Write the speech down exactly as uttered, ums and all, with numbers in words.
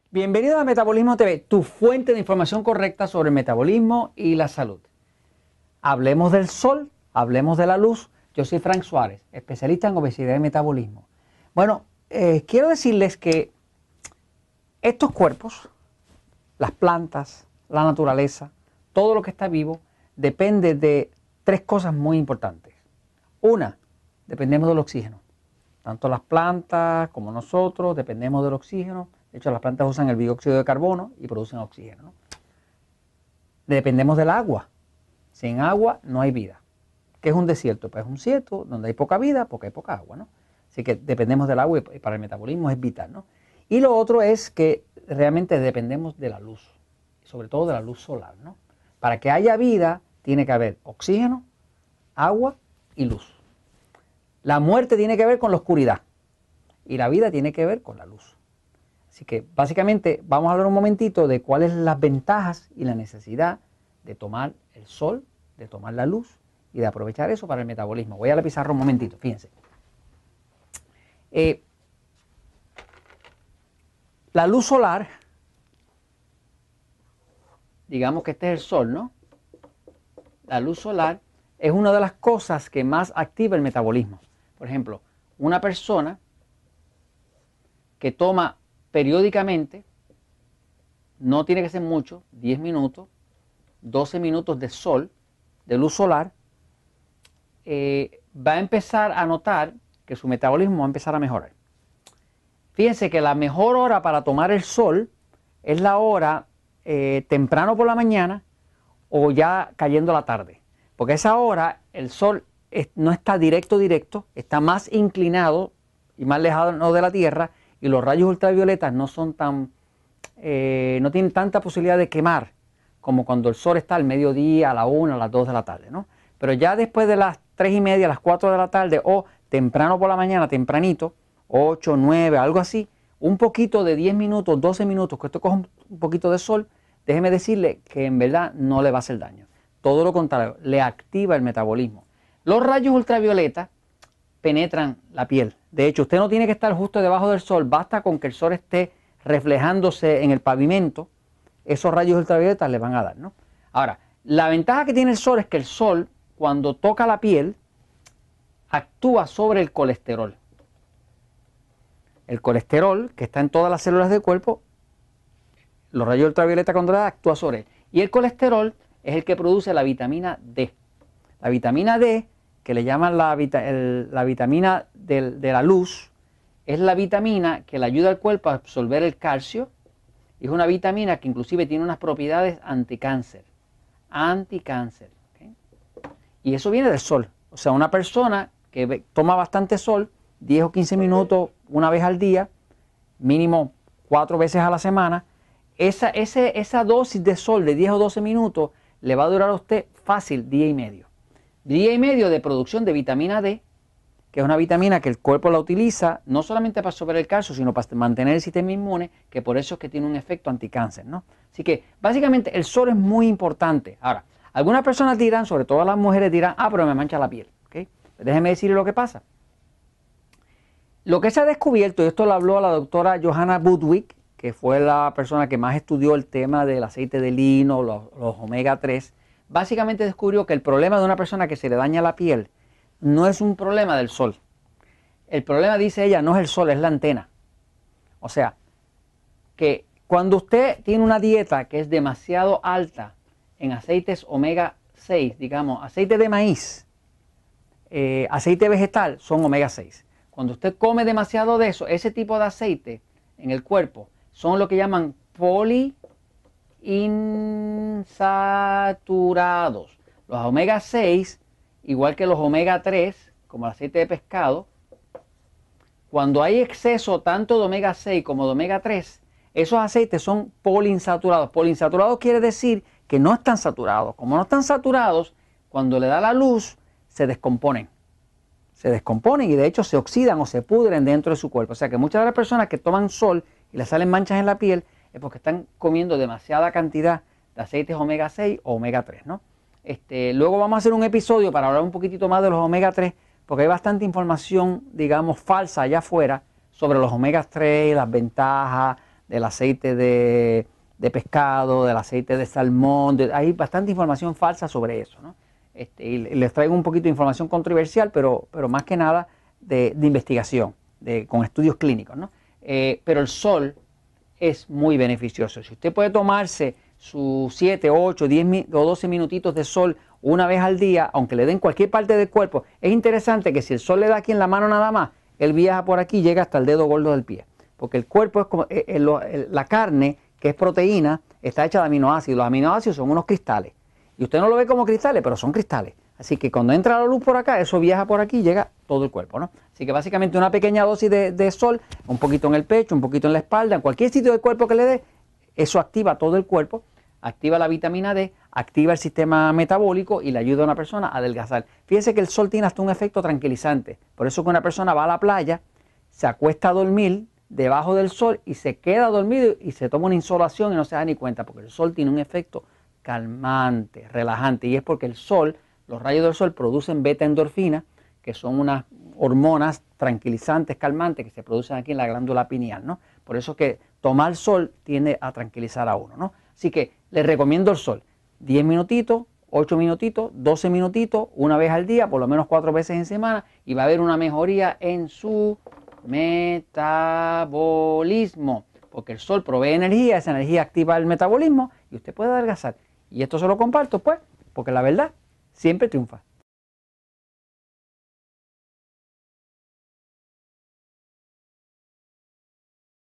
Bienvenido a Metabolismo T V, tu fuente de información correcta sobre el metabolismo y la salud. Hablemos del sol, hablemos de la luz. Yo soy Frank Suárez, especialista en obesidad y metabolismo. Bueno, eh, quiero decirles que estos cuerpos, las plantas, la naturaleza, todo lo que está vivo, depende de tres cosas muy importantes. Una, dependemos del oxígeno. Tanto las plantas como nosotros dependemos del oxígeno. De hecho, las plantas usan el dióxido de carbono y producen oxígeno, ¿no? Dependemos del agua. Sin agua no hay vida. ¿Qué es un desierto? Pues es un desierto donde hay poca vida porque hay poca agua, ¿no? Así que dependemos del agua y para el metabolismo es vital, ¿no? Y lo otro es que realmente dependemos de la luz, sobre todo de la luz solar, ¿no? Para que haya vida tiene que haber oxígeno, agua y luz. La muerte tiene que ver con la oscuridad y la vida tiene que ver con la luz. Así que básicamente vamos a hablar un momentito de cuáles son las ventajas y la necesidad de tomar el sol, de tomar la luz y de aprovechar eso para el metabolismo. Voy a la pizarra un momentito, fíjense. Eh, la luz solar, digamos que este es el sol, ¿no? La luz solar es una de las cosas que más activa el metabolismo. Por ejemplo, una persona que toma periódicamente, no tiene que ser mucho, diez minutos, doce minutos de sol, de luz solar, eh, va a empezar a notar que su metabolismo va a empezar a mejorar. Fíjense que la mejor hora para tomar el sol es la hora eh, temprano por la mañana o ya cayendo la tarde, porque a esa hora el sol es, no está directo directo, está más inclinado y más lejano de la Tierra, y los rayos ultravioletas no son tan, eh, no tienen tanta posibilidad de quemar como cuando el sol está al mediodía, a la una, a las dos de la tarde, ¿no? Pero ya después de las tres y media, a las cuatro de la tarde o temprano por la mañana, tempranito, ocho, nueve, algo así, un poquito de diez minutos, doce minutos, que esto coja un poquito de sol, déjeme decirle que en verdad no le va a hacer daño. Todo lo contrario, le activa el metabolismo. Los rayos ultravioletas penetran la piel. De hecho, usted no tiene que estar justo debajo del sol, basta con que el sol esté reflejándose en el pavimento, esos rayos ultravioletas le van a dar, ¿no? Ahora, la ventaja que tiene el sol es que el sol, cuando toca la piel, actúa sobre el colesterol. El colesterol, que está en todas las células del cuerpo, los rayos ultravioletas cuando le da, actúa sobre él. Y el colesterol es el que produce la vitamina D. La vitamina D, que le llaman la, el, la vitamina de, de la luz, es la vitamina que le ayuda al cuerpo a absorber el calcio. Y es una vitamina que inclusive tiene unas propiedades anticáncer. Anticáncer. ¿Okay? Y eso viene del sol. O sea, una persona que toma bastante sol, diez o quince minutos una vez al día, mínimo cuatro veces a la semana, esa, ese, esa dosis de sol de diez o doce minutos le va a durar a usted fácil día y medio. Día y medio de producción de vitamina D, que es una vitamina que el cuerpo la utiliza no solamente para absorber el calcio, sino para mantener el sistema inmune, que por eso es que tiene un efecto anticáncer, ¿no? Así que básicamente el sol es muy importante. Ahora, algunas personas dirán, sobre todo las mujeres dirán, ah, pero me mancha la piel, ¿ok? Déjeme decirle lo que pasa. Lo que se ha descubierto, y esto lo habló la doctora Johanna Budwig, que fue la persona que más estudió el tema del aceite de lino, los, los omega tres, básicamente descubrió que el problema de una persona que se le daña la piel no es un problema del sol. El problema, dice ella, no es el sol, es la antena. O sea, que cuando usted tiene una dieta que es demasiado alta en aceites omega seis, digamos, aceite de maíz, eh, aceite vegetal, son omega seis. Cuando usted come demasiado de eso, ese tipo de aceite en el cuerpo, son lo que llaman poliinsaturados. Los omega seis, igual que los omega tres, como el aceite de pescado, cuando hay exceso tanto de omega seis como de omega tres, esos aceites son poliinsaturados. Poliinsaturados quiere decir que no están saturados. Como no están saturados, cuando le da la luz, se descomponen. Se descomponen y de hecho se oxidan o se pudren dentro de su cuerpo. O sea que muchas de las personas que toman sol y les salen manchas en la piel es porque están comiendo demasiada cantidad de aceites omega seis o omega tres, ¿no? Este, luego vamos a hacer un episodio para hablar un poquitito más de los omega tres, porque hay bastante información, digamos, falsa allá afuera sobre los omega tres, las ventajas, del aceite de, de pescado, del aceite de salmón, de, hay bastante información falsa sobre eso, ¿no? Este, y les traigo un poquito de información controversial, pero, pero más que nada de, de investigación, de, con estudios clínicos, ¿no? Eh, pero el sol es muy beneficioso. Si usted puede tomarse sus siete, ocho, diez o doce minutitos de sol una vez al día, aunque le den cualquier parte del cuerpo, es interesante que si el sol le da aquí en la mano nada más, él viaja por aquí y llega hasta el dedo gordo del pie. Porque el cuerpo es como, eh, eh, la carne, que es proteína, está hecha de aminoácidos. Los aminoácidos son unos cristales. Y usted no lo ve como cristales, pero son cristales. Así que cuando entra la luz por acá, eso viaja por aquí y llega todo el cuerpo, ¿no? Así que básicamente una pequeña dosis de, de sol, un poquito en el pecho, un poquito en la espalda, en cualquier sitio del cuerpo que le dé, eso activa todo el cuerpo, activa la vitamina D, activa el sistema metabólico y le ayuda a una persona a adelgazar. Fíjese que el sol tiene hasta un efecto tranquilizante. Por eso que una persona va a la playa, se acuesta a dormir debajo del sol y se queda dormido y se toma una insolación y no se da ni cuenta, porque el sol tiene un efecto calmante, relajante, y es porque el sol, los rayos del sol producen beta endorfina, que son unas hormonas tranquilizantes, calmantes, que se producen aquí en la glándula pineal, ¿no? Por eso que tomar sol tiende a tranquilizar a uno, ¿no? Así que les recomiendo el sol, diez minutitos, ocho minutitos, doce minutitos, una vez al día, por lo menos cuatro veces en semana, y va a haber una mejoría en su metabolismo, porque el sol provee energía, esa energía activa el metabolismo y usted puede adelgazar. Y esto se lo comparto, pues, porque la verdad siempre triunfa.